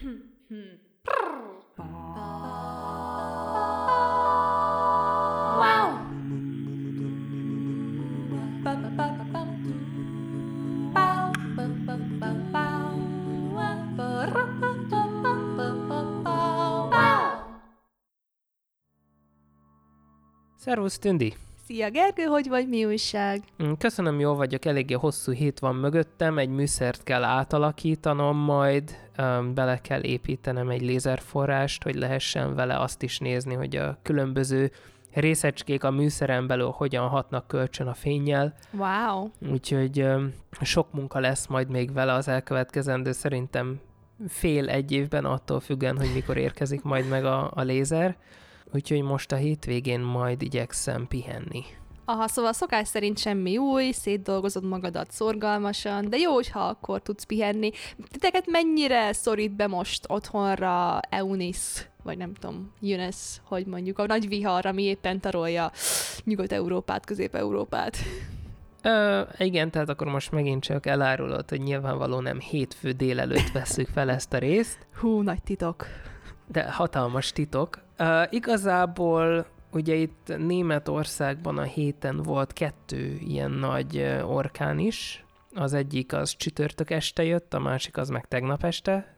Szervusz, Tündi! Szia, Gergő, hogy vagy, mi újság? Köszönöm, jól vagyok, eléggé hosszú hét van mögöttem, egy műszert kell átalakítanom majd, bele kell építenem egy lézerforrást, hogy lehessen vele azt is nézni, hogy a különböző részecskék a műszeren belül hogyan hatnak kölcsön a fénnyel. Wow! Úgyhogy sok munka lesz majd még vele az elkövetkezendő, szerintem fél-egy évben, attól függően, hogy mikor érkezik majd meg a lézer. Úgyhogy most a hétvégén majd igyekszem pihenni. Aha, szóval szokás szerint semmi új, szétdolgozod magadat szorgalmasan, de jó, hogyha akkor tudsz pihenni. Titeket mennyire szorít be most otthonra Eunice, vagy nem tudom, Eunice, hogy mondjuk, a nagy vihar, ami éppen tarolja Nyugat-Európát, Közép-Európát? Igen, tehát akkor most megint csak elárulod, hogy nyilvánvaló nem hétfő délelőtt vesszük fel ezt a részt. Hú, nagy titok. De hatalmas titok. Igazából ugye itt Németországban a héten volt 2 ilyen nagy orkán is. Az egyik az csütörtök este jött, a másik az meg tegnap este.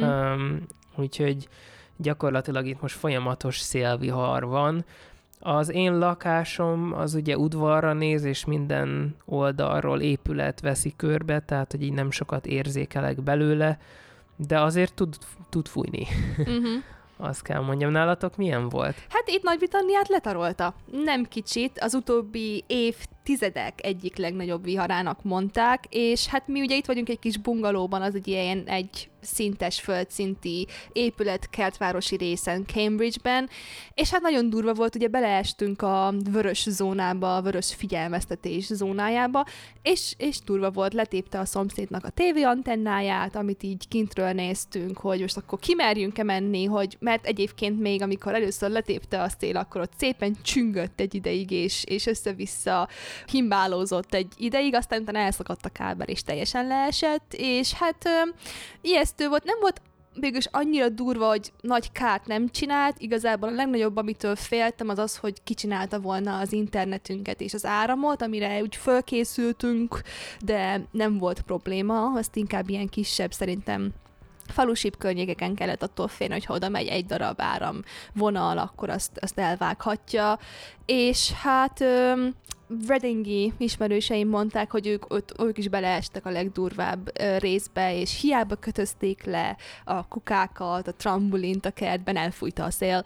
Úgyhogy gyakorlatilag itt most folyamatos szélvihar van. Az én lakásom az ugye udvarra néz, és minden oldalról épület veszi körbe, tehát hogy így nem sokat érzékelek belőle, de azért tud fújni. Azt kell mondjam, nálatok milyen volt? Hát itt Nagy-Britanniát letarolta. Nem kicsit, az utóbbi évtizedek egyik legnagyobb viharának mondták, és hát mi ugye itt vagyunk egy kis bungalóban, az egy ilyen egy szintes, földszinti épület kertvárosi részen, Cambridge-ben, és hát nagyon durva volt, ugye beleestünk a vörös zónába, a vörös figyelmeztetés zónájába, és durva volt, letépte a szomszédnak a tévéantennáját, amit így kintről néztünk, hogy most akkor kimerjünk-e menni, mert egyébként még amikor először letépte a szél, akkor ott szépen csüngött egy ideig, és össze-vissza himbálózott egy ideig, aztán utána elszakadt a kábel, és teljesen leesett, és hát ijesztő volt, nem volt végülis annyira durva, hogy nagy kárt nem csinált, igazából a legnagyobb, amitől féltem, az az, hogy kicsinálta volna az internetünket és az áramot, amire úgy fölkészültünk, de nem volt probléma, azt inkább ilyen kisebb, szerintem falusibb környékeken kellett attól félni, hogy ha oda megy egy darab áramvonal, akkor azt elvághatja, és hát Readingi ismerőseim mondták, hogy ők is beleestek a legdurvább részbe, és hiába kötözték le a kukákat, a trambulint a kertben, elfújta a szél.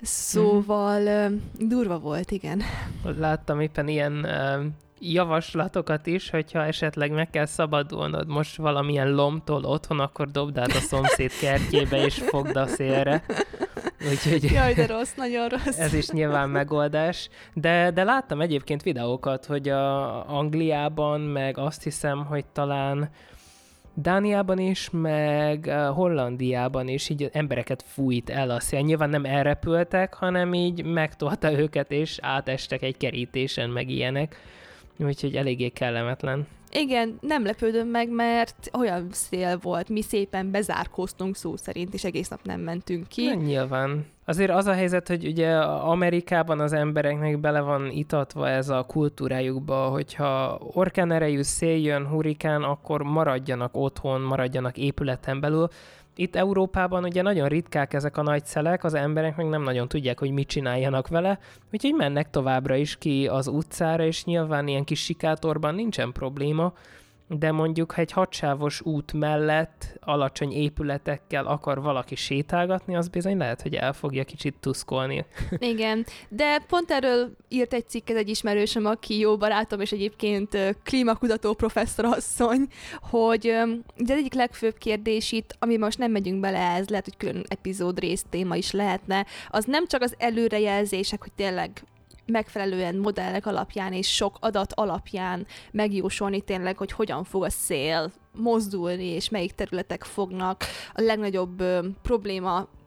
Szóval durva volt, igen. Láttam éppen ilyen javaslatokat is, hogyha esetleg meg kell szabadulnod most valamilyen lomtól otthon, akkor dobd át a szomszéd kertjébe, és fogd a szélre. Úgyhogy jaj, de rossz, nagyon rossz. Ez is nyilván megoldás. De láttam egyébként videókat, hogy Angliában, meg azt hiszem, hogy talán Dániában is, meg Hollandiában is így embereket fújt el a szél. Nyilván nem elrepültek, hanem így megtolta őket, és átestek egy kerítésen, meg ilyenek. Úgyhogy eléggé kellemetlen. Igen, nem lepődöm meg, mert olyan szél volt, mi szépen bezárkóztunk szó szerint, és egész nap nem mentünk ki. Na, nyilván. Azért az a helyzet, hogy ugye Amerikában az embereknek bele van itatva ez a kultúrájukba, hogyha orkán erejű szél jön, hurikán, akkor maradjanak otthon, maradjanak épületen belül. Itt Európában ugye nagyon ritkák ezek a nagy szelek, az emberek meg nem nagyon tudják, hogy mit csináljanak vele, úgyhogy mennek továbbra is ki az utcára, és nyilván ilyen kis sikátorban nincsen probléma, de mondjuk, ha egy hadsávos út mellett alacsony épületekkel akar valaki sétálgatni, az bizony lehet, hogy el fogja kicsit tuszkolni. Igen, de pont erről írt egy cikket egy ismerősöm, aki jó barátom, és egyébként klímakutató professzorasszony, hogy az egyik legfőbb kérdés itt, ami most nem megyünk bele, ez lehet, hogy külön epizód rész téma is lehetne, az nem csak az előrejelzések, hogy tényleg megfelelően modellek alapján és sok adat alapján megjósolni tényleg, hogy hogyan fog a szél mozdulni, és melyik területek fognak a legnagyobb probléma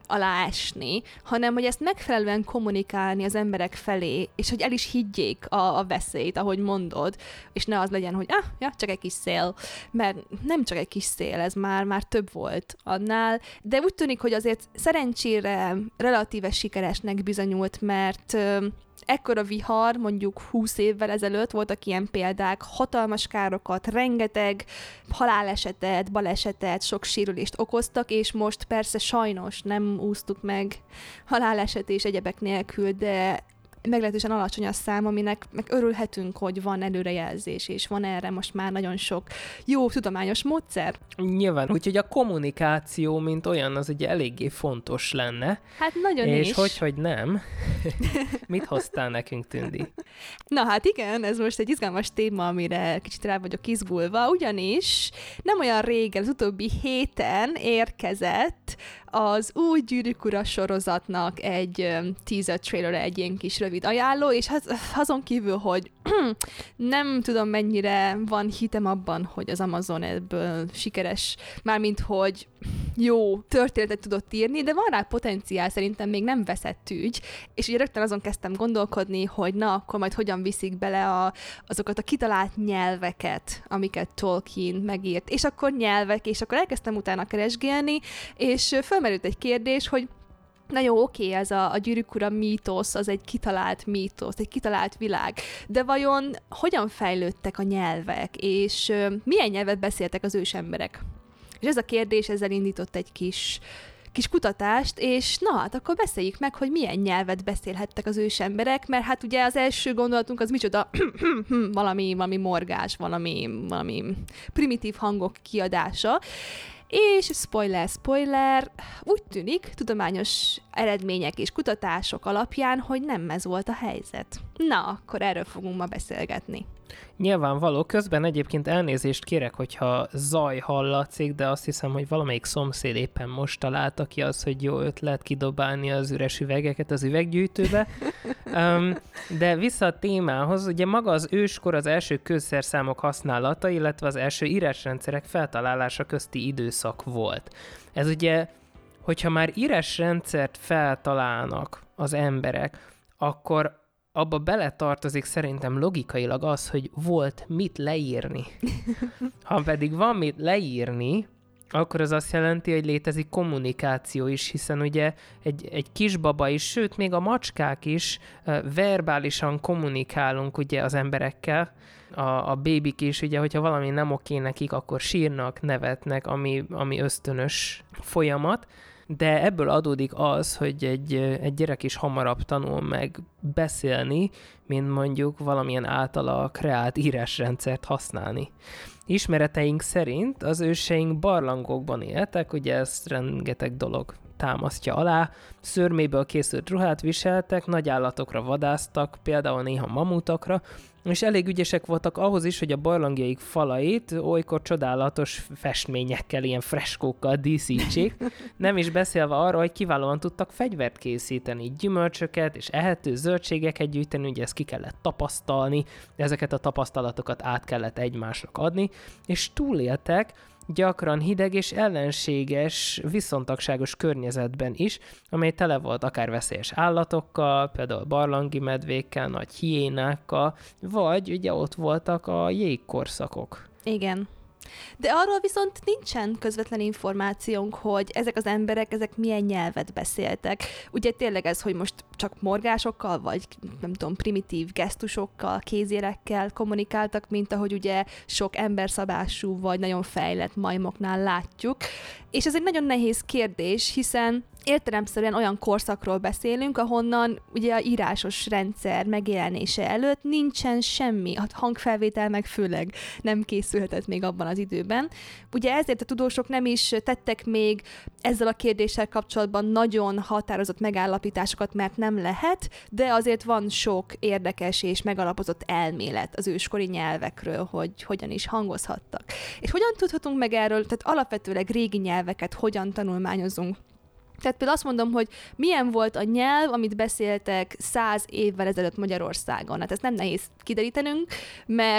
aláesni, hanem hogy ezt megfelelően kommunikálni az emberek felé, és hogy el is higgyék a veszélyt, ahogy mondod, és ne az legyen, hogy csak egy kis szél, mert nem csak egy kis szél, ez már több volt annál, de úgy tűnik, hogy azért szerencsére relatíve sikeresnek bizonyult, mert ekkora vihar, mondjuk 20 évvel ezelőtt voltak ilyen példák, hatalmas károkat, rengeteg halálesetet, balesetet, sok sérülést okoztak, és most persze sajnos nem úsztuk meg haláleset és egyebek nélkül, de meglehetősen alacsony a szám, aminek meg örülhetünk, hogy van előrejelzés, és van erre most már nagyon sok jó tudományos módszer. Nyilván, úgyhogy a kommunikáció, mint olyan, az ugye eléggé fontos lenne. Hát nagyon és is. És hogy nem. Mit hoztál nekünk, Tündi? Na hát igen, ez most egy izgalmas téma, amire kicsit rá vagyok izgulva, ugyanis nem olyan régen, az utóbbi héten érkezett az új Gyűrűk Ura sorozatnak egy teaser trailer, egy ilyen kis rövid ajánló, és azon kívül, hogy nem tudom mennyire van hitem abban, hogy az Amazon ebből sikeres, mármint hogy jó történetet tudott írni, de van rá potenciál, szerintem még nem veszett ügy, és ugye rögtön azon kezdtem gondolkodni, hogy na, akkor majd hogyan viszik bele azokat a kitalált nyelveket, amiket Tolkien megírt, és akkor nyelvek, és akkor elkezdtem utána keresgélni, és fölmerült egy kérdés, hogy na jó, oké, ez a Gyűrűk Ura mítosz, az egy kitalált mítosz, egy kitalált világ, de vajon hogyan fejlődtek a nyelvek, és milyen nyelvet beszéltek az ősemberek? És ez a kérdés ezzel indított egy kis kutatást, és na hát akkor beszéljük meg, hogy milyen nyelvet beszélhettek az ősemberek, mert hát ugye az első gondolatunk az micsoda valami morgás, valami primitív hangok kiadása, és spoiler, úgy tűnik tudományos eredmények és kutatások alapján, hogy nem ez volt a helyzet. Na, akkor erről fogunk ma beszélgetni. Nyilvánvaló, közben egyébként elnézést kérek, hogyha zaj hallatszik, de azt hiszem, hogy valamelyik szomszéd éppen most találta ki az, hogy jó ötlet kidobálni az üres üvegeket az üveggyűjtőbe. De vissza a témához, ugye maga az őskor az első kőszerszámok használata, illetve az első írásrendszerek feltalálása közti időszak volt. Ez ugye, hogyha már írásrendszert feltalálnak az emberek, akkor abba beletartozik szerintem logikailag az, hogy volt mit leírni. Ha pedig van mit leírni, akkor az azt jelenti, hogy létezik kommunikáció is, hiszen ugye egy kisbaba is, sőt, még a macskák is verbálisan kommunikálunk ugye az emberekkel, a bébik is, ugye, hogyha valami nem oké nekik, akkor sírnak, nevetnek, ami ösztönös folyamat, de ebből adódik az, hogy egy gyerek is hamarabb tanul meg beszélni, mint mondjuk valamilyen általa kreált írásrendszert használni. Ismereteink szerint az őseink barlangokban éltek, ugye ezt rengeteg dolog támasztja alá, szőrméből készült ruhát viseltek, nagy állatokra vadásztak, például néha mamutokra, és elég ügyesek voltak ahhoz is, hogy a barlangjaik falait olykor csodálatos festményekkel, ilyen freskókkal díszítsék, nem is beszélve arról, hogy kiválóan tudtak fegyvert készíteni, gyümölcsöket és ehető zöldségeket gyűjteni, ugye ezt ki kellett tapasztalni, ezeket a tapasztalatokat át kellett egymásnak adni, és túléltek, gyakran hideg és ellenséges, viszontagságos környezetben is, amely tele volt akár veszélyes állatokkal, például barlangi medvékkel, nagy hiénákkal, vagy ugye ott voltak a jégkorszakok. Igen. De arról viszont nincsen közvetlen információnk, hogy ezek az emberek, ezek milyen nyelvet beszéltek. Ugye tényleg ez, hogy most csak morgásokkal, vagy nem tudom, primitív gesztusokkal, kézjelekkel kommunikáltak, mint ahogy ugye sok emberszabású, vagy nagyon fejlett majmoknál látjuk. És ez egy nagyon nehéz kérdés, hiszen értelemszerűen olyan korszakról beszélünk, ahonnan ugye a írásos rendszer megjelenése előtt nincsen semmi, a hangfelvétel meg főleg nem készülhetett még abban az időben. Ugye ezért a tudósok nem is tettek még ezzel a kérdéssel kapcsolatban nagyon határozott megállapításokat, mert nem lehet, de azért van sok érdekes és megalapozott elmélet az őskori nyelvekről, hogy hogyan is hangozhattak. És hogyan tudhatunk meg erről, tehát alapvetőleg régi nyelveket hogyan tanulmányozunk? Tehát például azt mondom, hogy milyen volt a nyelv, amit beszéltek 100 évvel ezelőtt Magyarországon. Hát ezt nem nehéz kiderítenünk, mert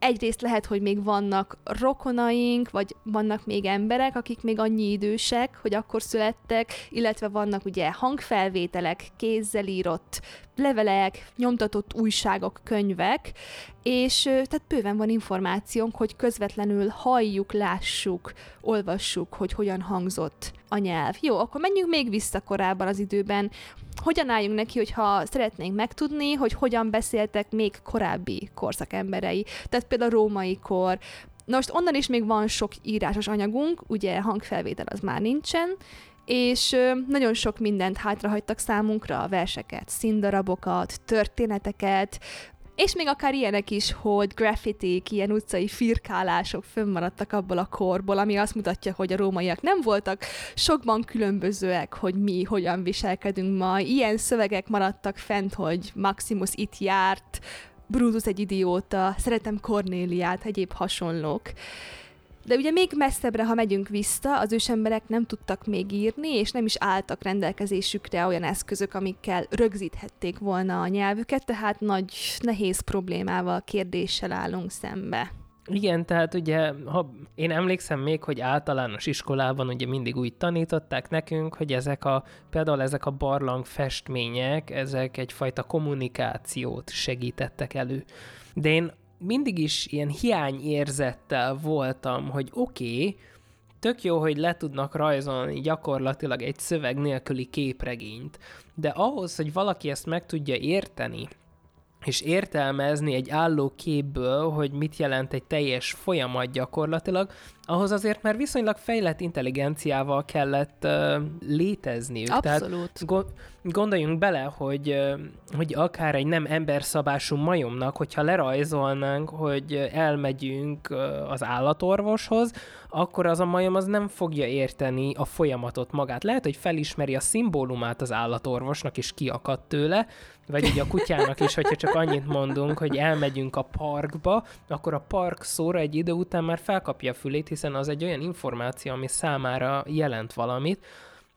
egyrészt lehet, hogy még vannak rokonaink, vagy vannak még emberek, akik még annyi idősek, hogy akkor születtek, illetve vannak ugye hangfelvételek, kézzel írott levelek, nyomtatott újságok, könyvek, és tehát bőven van információnk, hogy közvetlenül halljuk, lássuk, olvassuk, hogy hogyan hangzott a nyelv. Jó, akkor menjünk még vissza korábban az időben. Hogyan álljunk neki, hogyha szeretnénk megtudni, hogy hogyan beszéltek még korábbi korszak emberei. Tehát például a római kor. Na most onnan is még van sok írásos anyagunk, ugye hangfelvétel az már nincsen, és nagyon sok mindent hátrahagytak számunkra, verseket, színdarabokat, történeteket, és még akár ilyenek is, hogy graffitik, ilyen utcai firkálások fönnmaradtak abból a korból, ami azt mutatja, hogy a rómaiak nem voltak sokban különbözőek, hogy mi hogyan viselkedünk ma. Ilyen szövegek maradtak fent, hogy Maximus itt járt, Brutus egy idióta, szeretem Kornéliát, egyéb hasonlók. De ugye még messzebbre, ha megyünk vissza, az ősemberek nem tudtak még írni, és nem is álltak rendelkezésükre olyan eszközök, amikkel rögzíthették volna a nyelvüket, tehát nagy, nehéz problémával, kérdéssel állunk szembe. Igen, tehát ugye, ha én emlékszem még, hogy általános iskolában ugye mindig úgy tanították nekünk, hogy például ezek a barlang festmények, ezek egyfajta kommunikációt segítettek elő. De én mindig is ilyen hiányérzettel voltam, hogy oké, tök jó, hogy le tudnak rajzolni gyakorlatilag egy szöveg nélküli képregényt, de ahhoz, hogy valaki ezt meg tudja érteni, és értelmezni egy álló képből, hogy mit jelent egy teljes folyamat gyakorlatilag, ahhoz azért már viszonylag fejlett intelligenciával kellett létezniük. Abszolút. Tehát gondoljunk bele, hogy akár egy nem emberszabású majomnak, hogyha lerajzolnánk, hogy elmegyünk az állatorvoshoz, akkor az a majom az nem fogja érteni a folyamatot magát. Lehet, hogy felismeri a szimbólumát az állatorvosnak, és kiakadt tőle, vagy így a kutyának is, hogyha csak annyit mondunk, hogy elmegyünk a parkba, akkor a park szóra egy idő után már felkapja a fülét, hiszen az egy olyan információ, ami számára jelent valamit,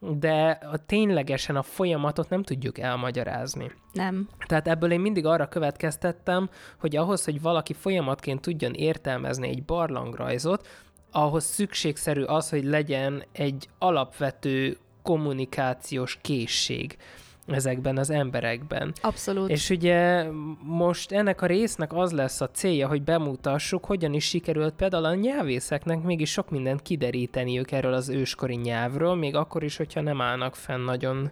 de ténylegesen a folyamatot nem tudjuk elmagyarázni. Nem. Tehát ebből én mindig arra következtettem, hogy ahhoz, hogy valaki folyamatként tudjon értelmezni egy barlangrajzot, ahhoz szükségszerű az, hogy legyen egy alapvető kommunikációs készség ezekben az emberekben. Abszolút. És ugye most ennek a résznek az lesz a célja, hogy bemutassuk, hogyan is sikerült például a nyelvészeknek mégis sok mindent kideríteniük erről az őskori nyelvről, még akkor is, hogyha nem állnak fenn nagyon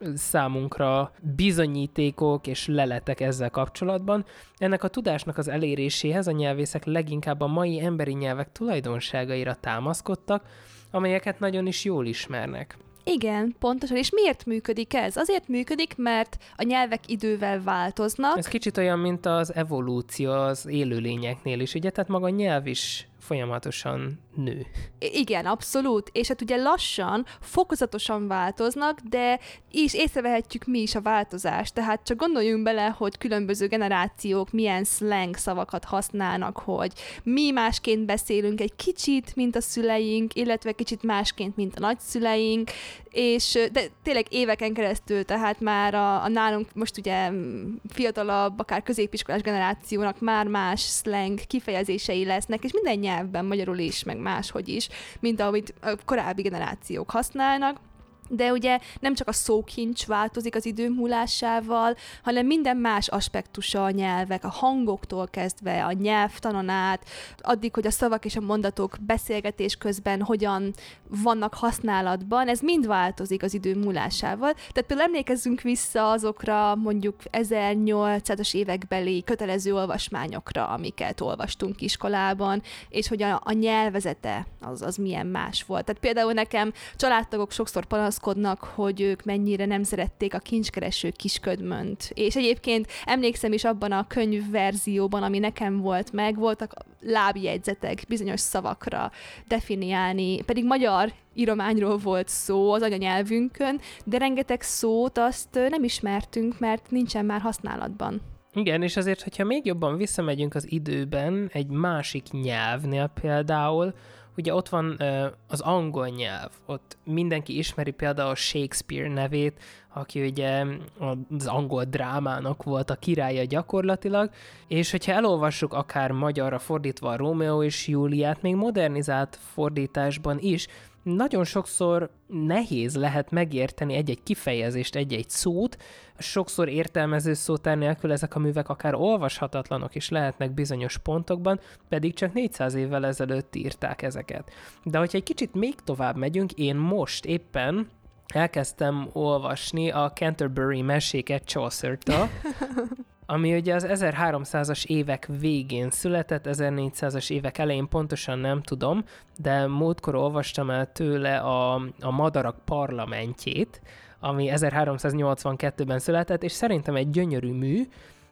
számunkra bizonyítékok és leletek ezzel kapcsolatban. Ennek a tudásnak az eléréséhez a nyelvészek leginkább a mai emberi nyelvek tulajdonságaira támaszkodtak, amelyeket nagyon is jól ismernek. Igen, pontosan. És miért működik ez? Azért működik, mert a nyelvek idővel változnak. Ez kicsit olyan, mint az evolúció az élőlényeknél is, ugye? Tehát maga a nyelv is folyamatosan nő. Igen, abszolút. És hát ugye lassan, fokozatosan változnak, de is észrevehetjük mi is a változást. Tehát csak gondoljunk bele, hogy különböző generációk milyen slang szavakat használnak, hogy mi másként beszélünk egy kicsit, mint a szüleink, illetve kicsit másként, mint a nagyszüleink, és de tényleg éveken keresztül, tehát már a nálunk most ugye fiatalabb, akár középiskolás generációnak már más slang kifejezései lesznek, és minden nyelvben, magyarul is, meg máshogy is, mint amit a korábbi generációk használnak. De ugye nem csak a szókincs változik az idő múlásával, hanem minden más aspektusa a nyelvek, a hangoktól kezdve, a nyelvtanon át, addig, hogy a szavak és a mondatok beszélgetés közben hogyan vannak használatban, ez mind változik az idő múlásával. Tehát például emlékezzünk vissza azokra mondjuk 1800-as évekbeli kötelező olvasmányokra, amiket olvastunk iskolában, és hogy a nyelvezete az milyen más volt. Tehát például nekem családtagok sokszor panaszkodnak, hogy ők mennyire nem szerették a kincskereső kisködmönt. És egyébként emlékszem is abban a könyvverzióban, ami nekem volt meg, voltak lábjegyzetek bizonyos szavakra definiálni, pedig magyar írományról volt szó az anyanyelvünkön, de rengeteg szót azt nem ismertünk, mert nincsen már használatban. Igen, és azért, hogyha még jobban visszamegyünk az időben, egy másik nyelvnél például, ugye ott van az angol nyelv, ott mindenki ismeri például Shakespeare nevét, aki ugye az angol drámának volt a királya gyakorlatilag, és hogyha elolvassuk akár magyarra fordítva a Rómeó és Júliát, még modernizált fordításban is, nagyon sokszor nehéz lehet megérteni egy-egy kifejezést, egy-egy szót, sokszor értelmező szótár nélkül ezek a művek akár olvashatatlanok is lehetnek bizonyos pontokban, pedig csak 400 évvel ezelőtt írták ezeket. De hogyha egy kicsit még tovább megyünk, én most éppen elkezdtem olvasni a Canterbury meséket Chaucertől, ami ugye az 1300-as évek végén született, 1400-as évek elején pontosan nem tudom, de múltkor olvastam el tőle a Madarak parlamentjét, ami 1382-ben született, és szerintem egy gyönyörű mű,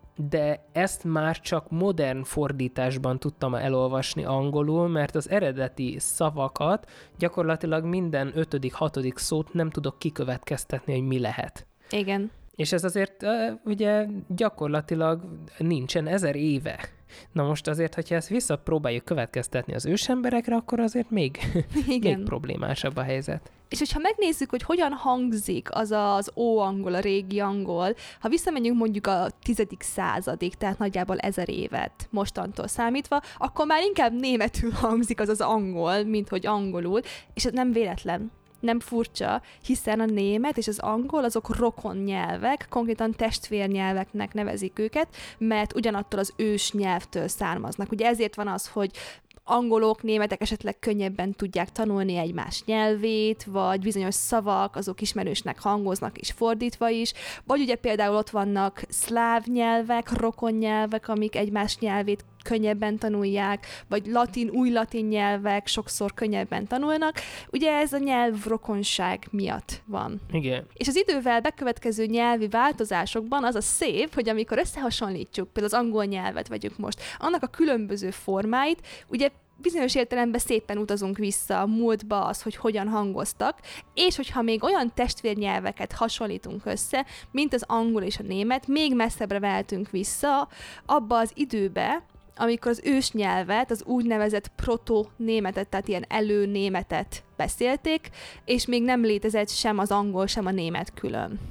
de ezt már csak modern fordításban tudtam elolvasni angolul, mert az eredeti szavakat gyakorlatilag minden 5.-6. szót nem tudok kikövetkeztetni, hogy mi lehet. Igen. És ez azért ugye gyakorlatilag nincsen 1000 éve. Na most azért, hogyha ezt visszapróbáljuk következtetni az ősemberekre, akkor azért még problémásabb a helyzet. És hogyha megnézzük, hogy hogyan hangzik az óangol, a régi angol, ha visszamegyünk mondjuk a 10. századig, tehát nagyjából 1000 évet mostantól számítva, akkor már inkább németül hangzik az angol, mint hogy angolul, és ez nem véletlen. Nem furcsa, hiszen a német és az angol azok rokon nyelvek, konkrétan testvérnyelveknek nevezik őket, mert ugyanattól az ős nyelvtől származnak. Ugye ezért van az, hogy angolok, németek esetleg könnyebben tudják tanulni egymás nyelvét, vagy bizonyos szavak, azok ismerősnek hangoznak és fordítva is, vagy ugye például ott vannak szláv nyelvek, rokon nyelvek, amik egymás nyelvét könnyebben tanulják, vagy új latin nyelvek sokszor könnyebben tanulnak. Ugye ez a nyelvrokonság miatt van. Igen. És az idővel bekövetkező nyelvi változásokban az a szép, hogy amikor összehasonlítjuk, például az angol nyelvet vegyük most, annak a különböző formáit, ugye bizonyos értelemben szépen utazunk vissza a múltba az, hogy hogyan hangoztak, és hogyha még olyan testvérnyelveket hasonlítunk össze, mint az angol és a német, még messzebbre vehetünk vissza abba az időbe, amikor az ősnyelvet, az úgynevezett proto-németet, tehát ilyen előnémetet beszélték, és még nem létezett sem az angol, sem a német külön.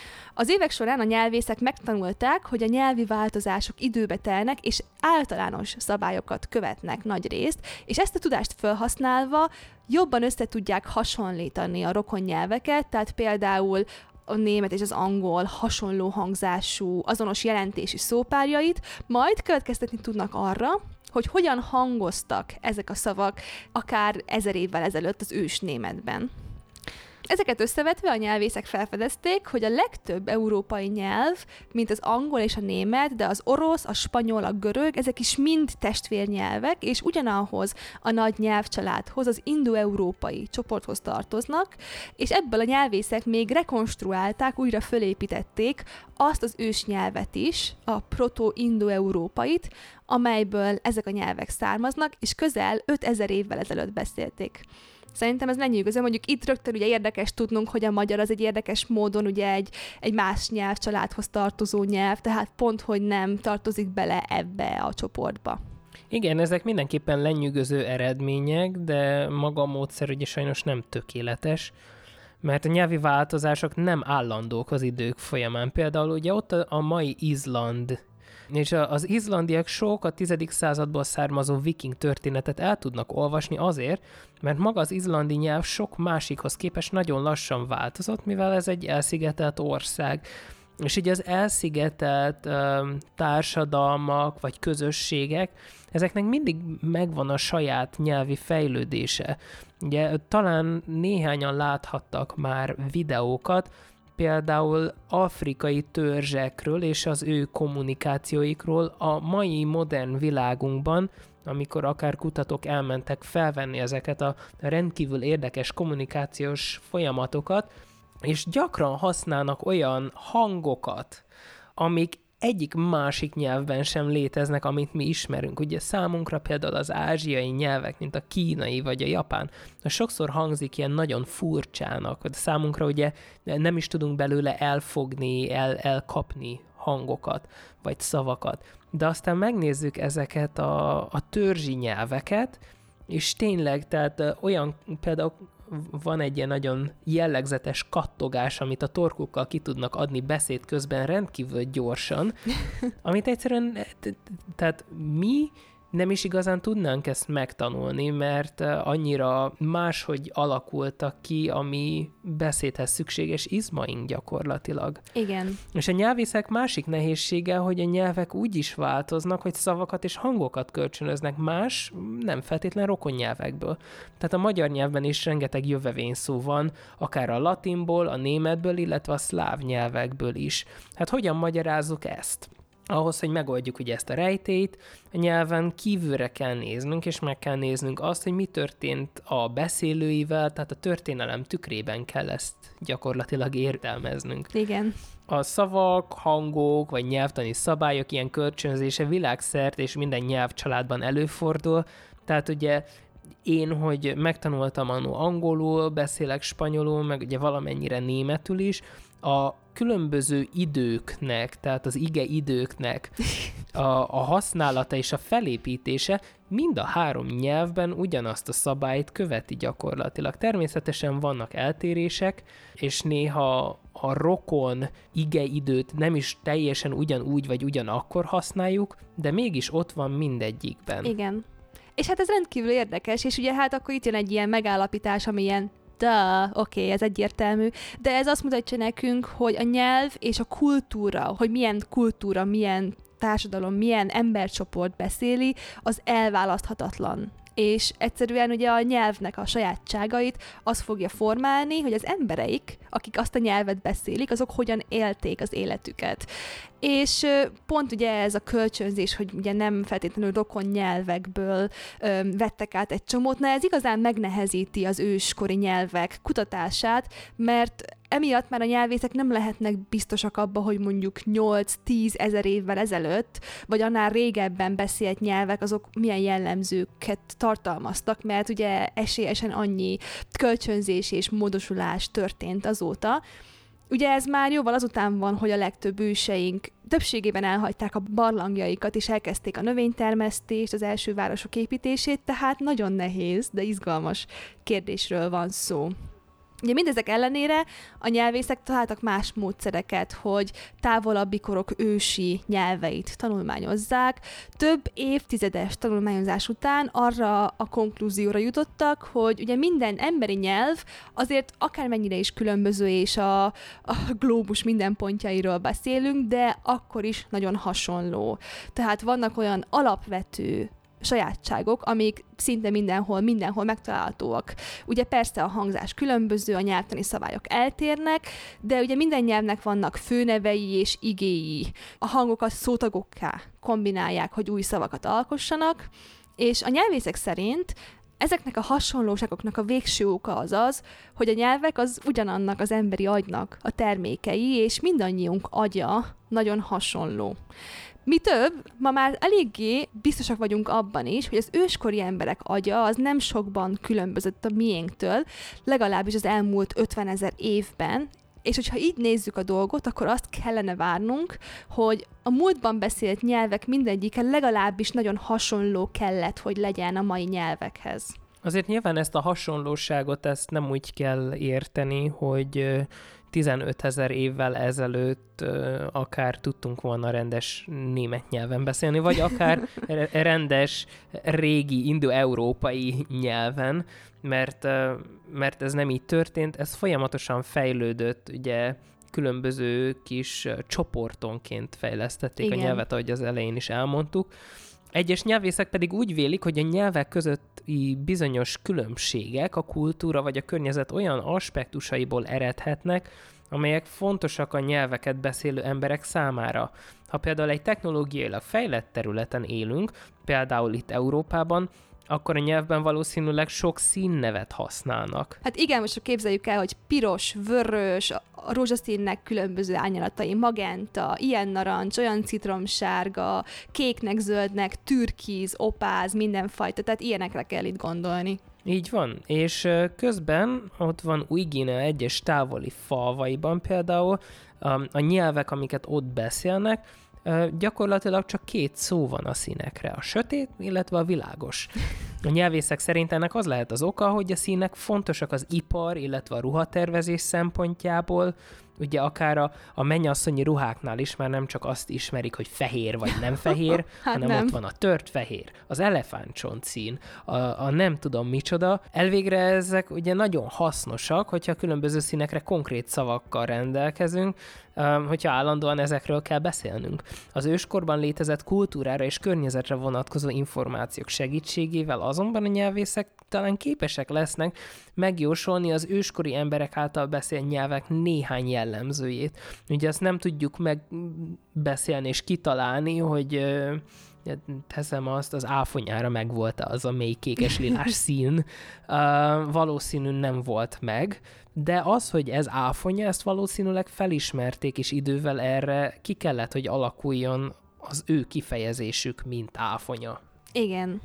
Az évek során a nyelvészek megtanulták, hogy a nyelvi változások időbe telnek, és általános szabályokat követnek nagy részt, és ezt a tudást felhasználva jobban össze tudják hasonlítani a rokon nyelveket, tehát például a német és az angol hasonló hangzású, azonos jelentésű szópárjait, majd következtetni tudnak arra, hogy hogyan hangoztak ezek a szavak akár 1000 évvel ezelőtt az ős németben. Ezeket összevetve a nyelvészek felfedezték, hogy a legtöbb európai nyelv, mint az angol és a német, de az orosz, a spanyol, a görög, ezek is mind testvérnyelvek, és ugyanahhoz a nagy nyelvcsaládhoz, az indo-európai csoporthoz tartoznak, és ebből a nyelvészek még rekonstruálták, újra fölépítették azt az ősnyelvet is, a proto-indo-európait, amelyből ezek a nyelvek származnak, és közel 5000 évvel ezelőtt beszélték. Szerintem ez lenyűgöző. Mondjuk itt rögtön ugye érdekes tudnunk, hogy a magyar az egy érdekes módon ugye egy más nyelvcsaládhoz tartozó nyelv, tehát pont, hogy nem tartozik bele ebbe a csoportba. Igen, ezek mindenképpen lenyűgöző eredmények, de maga a módszer ugye sajnos nem tökéletes, mert a nyelvi változások nem állandók az idők folyamán. Például ugye ott a mai Izland, és az izlandiak sok a 10. századból származó viking történetet el tudnak olvasni azért, mert maga az izlandi nyelv sok másikhoz képest nagyon lassan változott, mivel ez egy elszigetelt ország. És így az elszigetelt társadalmak vagy közösségek, ezeknek mindig megvan a saját nyelvi fejlődése. Ugye talán néhányan láthattak már videókat, például afrikai törzsekről és az ő kommunikációikról a mai modern világunkban, amikor akár kutatók elmentek felvenni ezeket a rendkívül érdekes kommunikációs folyamatokat, és gyakran használnak olyan hangokat, amik egyik másik nyelvben sem léteznek, amit mi ismerünk. Ugye számunkra például az ázsiai nyelvek, mint a kínai vagy a japán, sokszor hangzik ilyen nagyon furcsának, de számunkra ugye nem is tudunk belőle elfogni, elkapni hangokat, vagy szavakat. De aztán megnézzük ezeket a törzsi nyelveket, és tényleg, tehát olyan például van egy ilyen nagyon jellegzetes kattogás, amit a torkukkal ki tudnak adni beszéd közben rendkívül gyorsan, amit egyszerűen, tehát mi nem is igazán tudnánk ezt megtanulni, mert annyira máshogy alakultak ki, ami beszédhez szükséges izmaink gyakorlatilag. Igen. És a nyelvészek másik nehézsége, hogy a nyelvek úgy is változnak, hogy szavakat és hangokat kölcsönöznek más, nem feltétlen rokon nyelvekből. Tehát a magyar nyelvben is rengeteg jövevényszó van, akár a latinból, a németből, illetve a szláv nyelvekből is. Hát hogyan magyarázzuk ezt? Ahhoz, hogy megoldjuk ugye ezt a rejtélyt, a nyelven kívülre kell néznünk, és meg kell néznünk azt, hogy mi történt a beszélőivel, tehát a történelem tükrében kell ezt gyakorlatilag értelmeznünk. Igen. A szavak, hangok, vagy nyelvtani szabályok ilyen kölcsönzése világszerte és minden nyelvcsaládban előfordul, tehát ugye én, hogy megtanultam annó angolul, beszélek spanyolul, meg ugye valamennyire németül is, a különböző időknek, tehát az igeidőknek a használata és a felépítése mind a három nyelvben ugyanazt a szabályt követi gyakorlatilag. Természetesen vannak eltérések, és néha a rokon igeidőt nem is teljesen ugyanúgy vagy ugyanakkor használjuk, de mégis ott van mindegyikben. Igen. És hát ez rendkívül érdekes, és ugye hát akkor itt jön egy ilyen megállapítás, ami ilyen oké, ez egyértelmű, de ez azt mutatja nekünk, hogy a nyelv és a kultúra, hogy milyen kultúra, milyen társadalom, milyen embercsoport beszéli, az elválaszthatatlan. És egyszerűen ugye a nyelvnek a sajátságait az fogja formálni, hogy az embereik, akik azt a nyelvet beszélik, azok hogyan élték az életüket. És pont ugye ez a kölcsönzés, hogy ugye nem feltétlenül rokon nyelvekből vettek át egy csomót, ez igazán megnehezíti az őskori nyelvek kutatását, mert emiatt már a nyelvészek nem lehetnek biztosak abba, hogy mondjuk 8-10 ezer évvel ezelőtt, vagy annál régebben beszélt nyelvek, azok milyen jellemzőket tartalmaztak, mert ugye esélyesen annyi kölcsönzés és módosulás történt azóta. Ugye ez már jóval azután van, hogy a legtöbb őseink többségében elhagyták a barlangjaikat, és elkezdték a növénytermesztést, az első városok építését, tehát nagyon nehéz, de izgalmas kérdésről van szó. Ugye mindezek ellenére a nyelvészek találtak más módszereket, hogy távolabbi korok ősi nyelveit tanulmányozzák. Több évtizedes tanulmányozás után arra a konklúzióra jutottak, hogy ugye minden emberi nyelv azért akármennyire is különböző, és a glóbus minden pontjairól beszélünk, de akkor is nagyon hasonló. Tehát vannak olyan alapvető sajátságok, amik szinte mindenhol megtalálhatóak. Ugye persze a hangzás különböző, a nyelvtani szabályok eltérnek, de ugye minden nyelvnek vannak főnevei és igéi. A hangokat szótagokká kombinálják, hogy új szavakat alkossanak, és a nyelvészek szerint ezeknek a hasonlóságoknak a végső oka az, hogy a nyelvek az ugyanannak az emberi agynak a termékei, és mindannyiunk agya nagyon hasonló. Mi több, ma már eléggé biztosak vagyunk abban is, hogy az őskori emberek agya az nem sokban különbözött a miénktől, legalábbis az elmúlt 50 000 évben, és hogyha így nézzük a dolgot, akkor azt kellene várnunk, hogy a múltban beszélt nyelvek mindegyike legalábbis nagyon hasonló kellett, hogy legyen a mai nyelvekhez. Azért nyilván ezt a hasonlóságot ezt nem úgy kell érteni, hogy 15 000 évvel ezelőtt akár tudtunk volna rendes német nyelven beszélni, vagy akár rendes, régi, indo-európai nyelven, mert ez nem így történt, ez folyamatosan fejlődött, ugye különböző kis csoportonként fejlesztették Igen. a nyelvet, ahogy az elején is elmondtuk. Egyes nyelvészek pedig úgy vélik, hogy a nyelvek közötti bizonyos különbségek a kultúra vagy a környezet olyan aspektusaiból eredhetnek, amelyek fontosak a nyelveket beszélő emberek számára. Ha például egy technológiailag fejlett területen élünk, például itt Európában, akkor a nyelvben valószínűleg sok színnevet használnak. Hát igen, most képzeljük el, hogy piros, vörös, a rózsaszínnek különböző árnyalatai, magenta, ilyen narancs, olyan citromsárga, kéknek, zöldnek, türkiz, opáz, mindenfajta, tehát ilyenekre kell itt gondolni. Így van, és közben ott van Új-Guinea egyes távoli falvaiban például a nyelvek, amiket ott beszélnek, gyakorlatilag csak 2 szó van a színekre, a sötét, illetve a világos. A nyelvészek szerint ennek az lehet az oka, hogy a színek fontosak az ipar, illetve a ruhatervezés szempontjából, ugye akár a mennyasszonyi ruháknál is már nem csak azt ismerik, hogy fehér vagy nem fehér, hanem nem. Ott van a tört fehér, az elefántcsont szín, a nem tudom micsoda. Elvégre ezek ugye nagyon hasznosak, hogyha különböző színekre konkrét szavakkal rendelkezünk, hogyha állandóan ezekről kell beszélnünk. Az őskorban létezett kultúrára és környezetre vonatkozó információk segítségével azonban a nyelvészek talán képesek lesznek megjósolni az őskori emberek által beszélt nyelvek néhány jellemzőjét. Ugye azt nem tudjuk megbeszélni és kitalálni, hogy teszem azt, az áfonyára megvolt az a mély kékes-lilás szín. Valószínűn nem volt meg, de az, hogy ez áfonya, ezt valószínűleg felismerték, és idővel erre ki kellett, hogy alakuljon az ő kifejezésük, mint áfonya. Igen.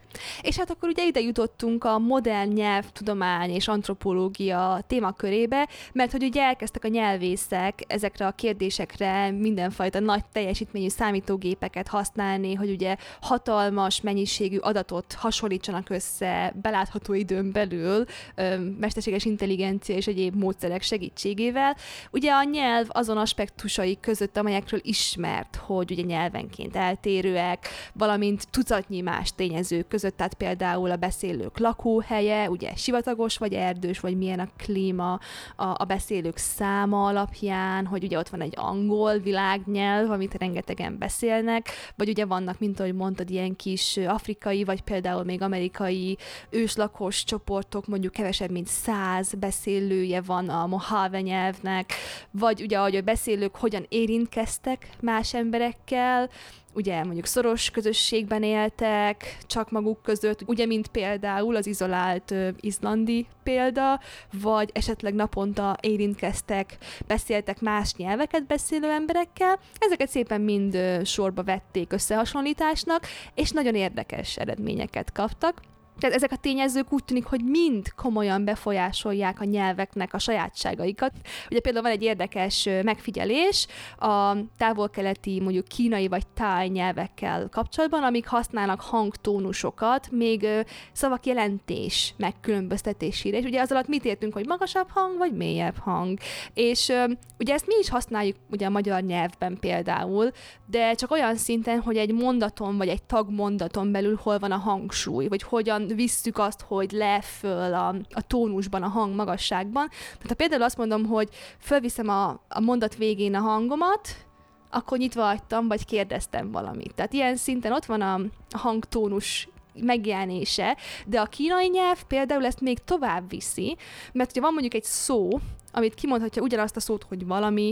És hát akkor ugye ide jutottunk a modern nyelvtudomány és antropológia témakörébe, mert hogy ugye elkezdtek a nyelvészek ezekre a kérdésekre mindenfajta nagy teljesítményű számítógépeket használni, hogy ugye hatalmas mennyiségű adatot hasonlítsanak össze belátható időn belül, mesterséges intelligencia és egyéb módszerek segítségével. Ugye a nyelv azon aspektusai között, amelyekről ismert, hogy ugye nyelvenként eltérőek, valamint tucatnyi más tényezők között, tehát például a beszélők lakóhelye, ugye sivatagos vagy erdős, vagy milyen a klíma, a beszélők száma alapján, hogy ugye ott van egy angol világnyelv, amit rengetegen beszélnek, vagy ugye vannak, mint ahogy mondtad, ilyen kis afrikai, vagy például még amerikai őslakos csoportok, mondjuk kevesebb, mint 100 beszélője van a Mojave nyelvnek, vagy ugye ahogy a beszélők hogyan érintkeztek más emberekkel, ugye mondjuk szoros közösségben éltek, csak maguk között, ugye mint például az izolált izlandi példa, vagy esetleg naponta érintkeztek, beszéltek más nyelveket beszélő emberekkel. Ezeket szépen mind sorba vették összehasonlításnak, és nagyon érdekes eredményeket kaptak. Tehát ezek a tényezők úgy tűnik, hogy mind komolyan befolyásolják a nyelveknek a sajátságaikat. Ugye például van egy érdekes megfigyelés a távol-keleti, mondjuk kínai vagy táj nyelvekkel kapcsolatban, amik használnak hangtónusokat, még szavak jelentés megkülönböztetésére. És ugye az alatt mit értünk, hogy magasabb hang, vagy mélyebb hang. És ugye ezt mi is használjuk ugye a magyar nyelvben például, de csak olyan szinten, hogy egy mondaton, vagy egy tagmondaton belül hol van a hangsúly, vagy hogyan visszük azt, hogy le-föl a tónusban, a hang magasságban. Tehát ha például azt mondom, hogy fölviszem a mondat végén a hangomat, akkor nyitva hagytam, vagy kérdeztem valamit. Tehát ilyen szinten ott van a hangtónus megjelenése, de a kínai nyelv például ezt még tovább viszi, mert ugye van mondjuk egy szó, amit kimondhatja ugyanazt a szót, hogy valami,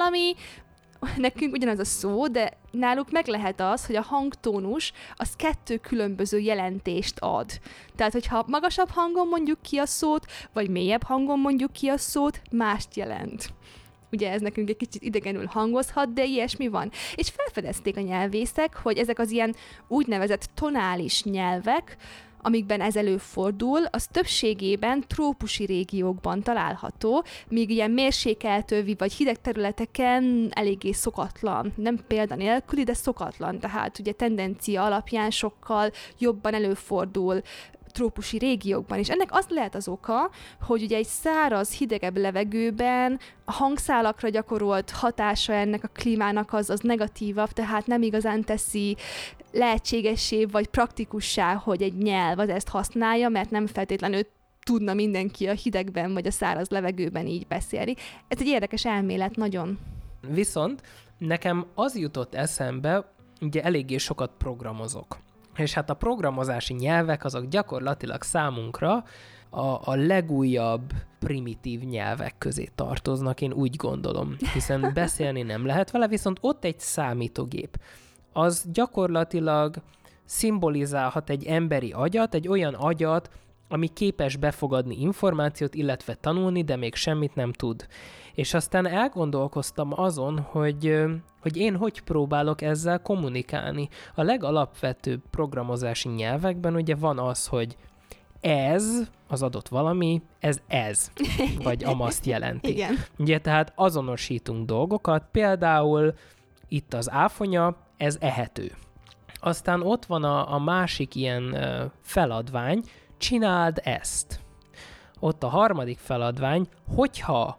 nekünk ugyanaz a szó, de náluk meg lehet az, hogy a hangtónus az 2 különböző jelentést ad. Tehát, hogyha magasabb hangon mondjuk ki a szót, vagy mélyebb hangon mondjuk ki a szót, mást jelent. Ugye ez nekünk egy kicsit idegenül hangozhat, de ilyesmi van. És felfedezték a nyelvészek, hogy ezek az ilyen úgynevezett tonális nyelvek, amikben ez előfordul, az többségében trópusi régiókban található, míg ilyen mérsékeltővi vagy hideg területeken eléggé szokatlan. Nem példa nélküli, de szokatlan, tehát ugye tendencia alapján sokkal jobban előfordul trópusi régiókban, és ennek az lehet az oka, hogy ugye egy száraz, hidegebb levegőben a hangszálakra gyakorolt hatása ennek a klímának az negatívabb, tehát nem igazán teszi lehetségessé vagy praktikussá, hogy egy nyelv az ezt használja, mert nem feltétlenül tudna mindenki a hidegben vagy a száraz levegőben így beszélni. Ez egy érdekes elmélet, nagyon. Viszont nekem az jutott eszembe, ugye eléggé sokat programozok. És hát a programozási nyelvek azok gyakorlatilag számunkra a legújabb primitív nyelvek közé tartoznak, én úgy gondolom, hiszen beszélni nem lehet vele, viszont ott egy számítógép. Az gyakorlatilag szimbolizálhat egy emberi agyat, egy olyan agyat, ami képes befogadni információt, illetve tanulni, de még semmit nem tud. És aztán elgondolkoztam azon, hogy én hogy próbálok ezzel kommunikálni. A legalapvetőbb programozási nyelvekben ugye van az, hogy ez, az adott valami, ez, vagy amaszt jelenti. Igen. Ugye tehát azonosítunk dolgokat, például itt az áfonya, ez ehető. Aztán ott van a másik ilyen feladvány, csináld ezt. Ott a harmadik feladvány, hogyha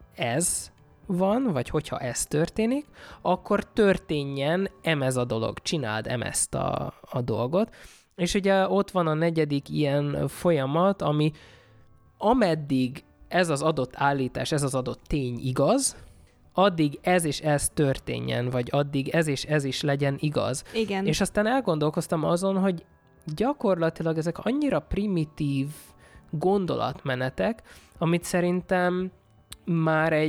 ez van, vagy hogyha ez történik, akkor történjen ez a dolog, csináld ezt a dolgot. És ugye ott van a negyedik ilyen folyamat, ami ameddig ez az adott állítás, ez az adott tény igaz, addig ez és ez történjen, vagy addig ez és ez is legyen igaz. Igen. És aztán elgondolkoztam azon, hogy gyakorlatilag ezek annyira primitív gondolatmenetek, amit szerintem már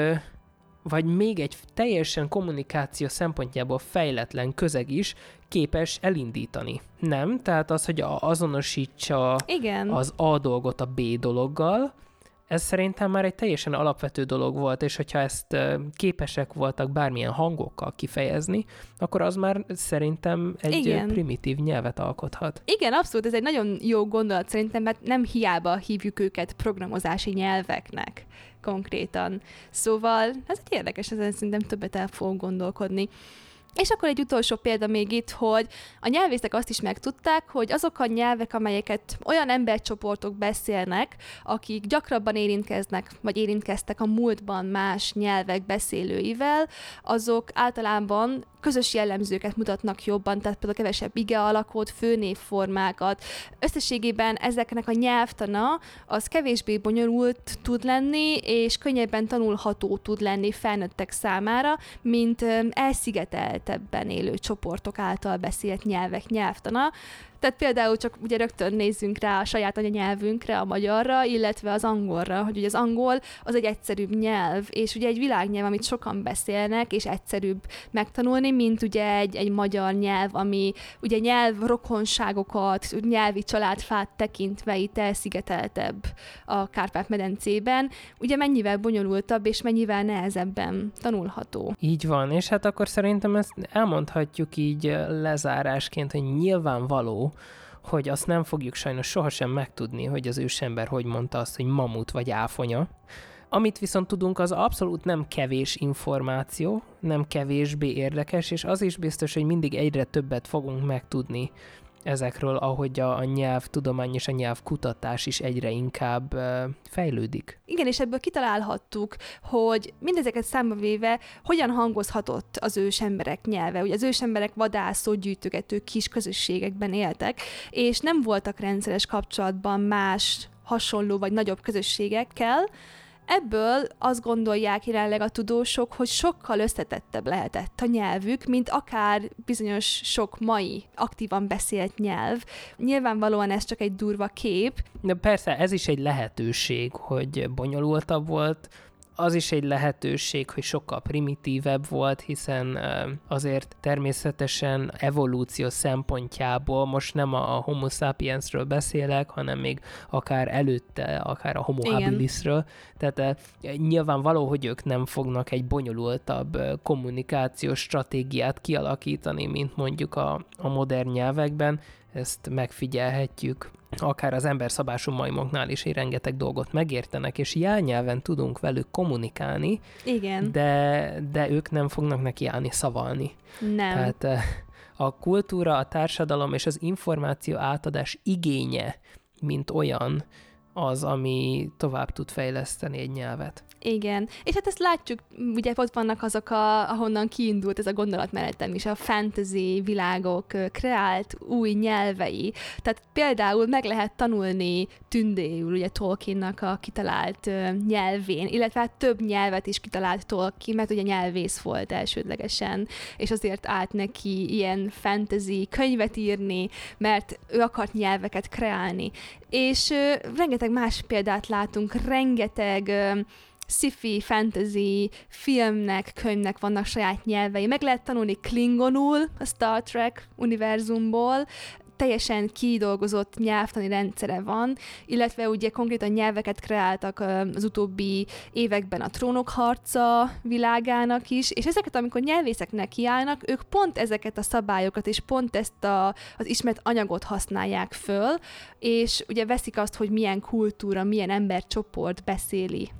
vagy még egy teljesen kommunikáció szempontjából fejletlen közeg is képes elindítani. Nem? Tehát az, hogy azonosítsa az A dolgot a B dologgal, ez szerintem már egy teljesen alapvető dolog volt, és hogyha ezt képesek voltak bármilyen hangokkal kifejezni, akkor az már szerintem egy primitív nyelvet alkothat. Igen, abszolút, ez egy nagyon jó gondolat szerintem, mert nem hiába hívjuk őket programozási nyelveknek konkrétan. Szóval ez egy érdekes, ezen szerintem többet el fogok gondolkodni. És akkor egy utolsó példa még itt, hogy a nyelvészek azt is megtudták, hogy azok a nyelvek, amelyeket olyan embercsoportok beszélnek, akik gyakrabban érintkeznek, vagy érintkeztek a múltban más nyelvek beszélőivel, azok általában közös jellemzőket mutatnak jobban, tehát például kevesebb ige alakot, főnévformákat. Összességében ezeknek a nyelvtana az kevésbé bonyolult tud lenni, és könnyebben tanulható tud lenni felnőttek számára, mint elszigeteltebben élő csoportok által beszélt nyelvek nyelvtana. Tehát például csak ugye rögtön nézzünk rá a saját anyanyelvünkre, a magyarra, illetve az angolra, hogy ugye az angol az egy egyszerűbb nyelv, és ugye egy világnyelv, amit sokan beszélnek, és egyszerűbb megtanulni, mint ugye egy magyar nyelv, ami ugye nyelv rokonságokat, nyelvi családfát tekintve itt elszigeteltebb a Kárpát-medencében, ugye mennyivel bonyolultabb, és mennyivel nehezebben tanulható. Így van, és hát akkor szerintem ezt elmondhatjuk így lezárásként, hogy nyilvánvaló, hogy azt nem fogjuk sajnos sohasem megtudni, hogy az ősember hogy mondta azt, hogy mamut vagy áfonya. Amit viszont tudunk, az abszolút nem kevés információ, nem kevésbé érdekes, és az is biztos, hogy mindig egyre többet fogunk megtudni ezekről, ahogy a nyelvtudomány és a nyelvkutatás is egyre inkább fejlődik. Igen, és ebből kitalálhattuk, hogy mindezeket számba véve hogyan hangozhatott az ősemberek nyelve. Ugye az ősemberek vadászó, gyűjtögető kis közösségekben éltek, és nem voltak rendszeres kapcsolatban más hasonló vagy nagyobb közösségekkel. Ebből azt gondolják jelenleg a tudósok, hogy sokkal összetettebb lehetett a nyelvük, mint akár bizonyos sok mai aktívan beszélt nyelv. Nyilvánvalóan ez csak egy durva kép. De persze, ez is egy lehetőség, hogy bonyolultabb volt, az is egy lehetőség, hogy sokkal primitívebb volt, hiszen azért természetesen evolúció szempontjából most nem a Homo sapiensről beszélek, hanem még akár előtte, akár a Homo habilisről. Tehát nyilvánvaló, hogy ők nem fognak egy bonyolultabb kommunikációs stratégiát kialakítani, mint mondjuk a modern nyelvekben. Ezt megfigyelhetjük. Akár az emberszabású majmoknál is rengeteg dolgot megértenek, és jelnyelven tudunk velük kommunikálni, igen. De ők nem fognak nekiállni szavalni. Nem. Tehát a kultúra, a társadalom és az információ átadás igénye, mint olyan, az, ami tovább tud fejleszteni egy nyelvet. Igen, és hát ezt látjuk, ugye ott vannak azok, ahonnan kiindult ez a gondolatmenetem is, a fantasy világok kreált új nyelvei. Tehát például meg lehet tanulni tündéül, ugye Tolkiennak a kitalált nyelvén, illetve hát több nyelvet is kitalált Tolkien, mert ugye nyelvész volt elsődlegesen, és azért állt neki ilyen fantasy könyvet írni, mert ő akart nyelveket kreálni. És rengeteg más példát látunk, rengeteg sci-fi, fantasy filmnek, könyvnek vannak saját nyelvei. Meg lehet tanulni klingonul a Star Trek univerzumból, teljesen kidolgozott nyelvtani rendszere van, illetve ugye konkrétan nyelveket kreáltak az utóbbi években a Trónok harca világának is, és ezeket, amikor nyelvészek nekiállnak, ők pont ezeket a szabályokat, és pont ezt az ismert anyagot használják föl, és ugye veszik azt, hogy milyen kultúra, milyen embercsoport beszéli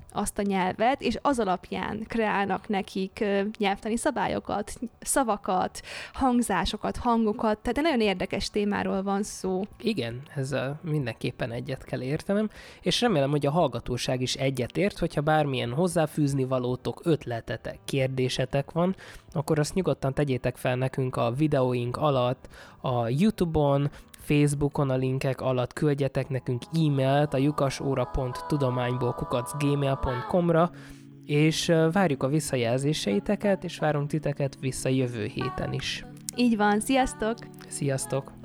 azt a nyelvet, és az alapján kreálnak nekik nyelvtani szabályokat, szavakat, hangzásokat, hangokat, tehát egy nagyon érdekes témáról van szó. Igen, ezzel mindenképpen egyet kell értenem, és remélem, hogy a hallgatóság is egyet ért, hogyha bármilyen hozzáfűzni valótok, ötletetek, kérdésetek van, akkor azt nyugodtan tegyétek fel nekünk a videóink alatt, a YouTube-on, Facebookon a linkek alatt, küldjetek nekünk e-mailt a lyukasóra.tudományból@gmail.com-ra, és várjuk a visszajelzéseiteket, és várunk titeket vissza jövő héten is. Így van, sziasztok! Sziasztok!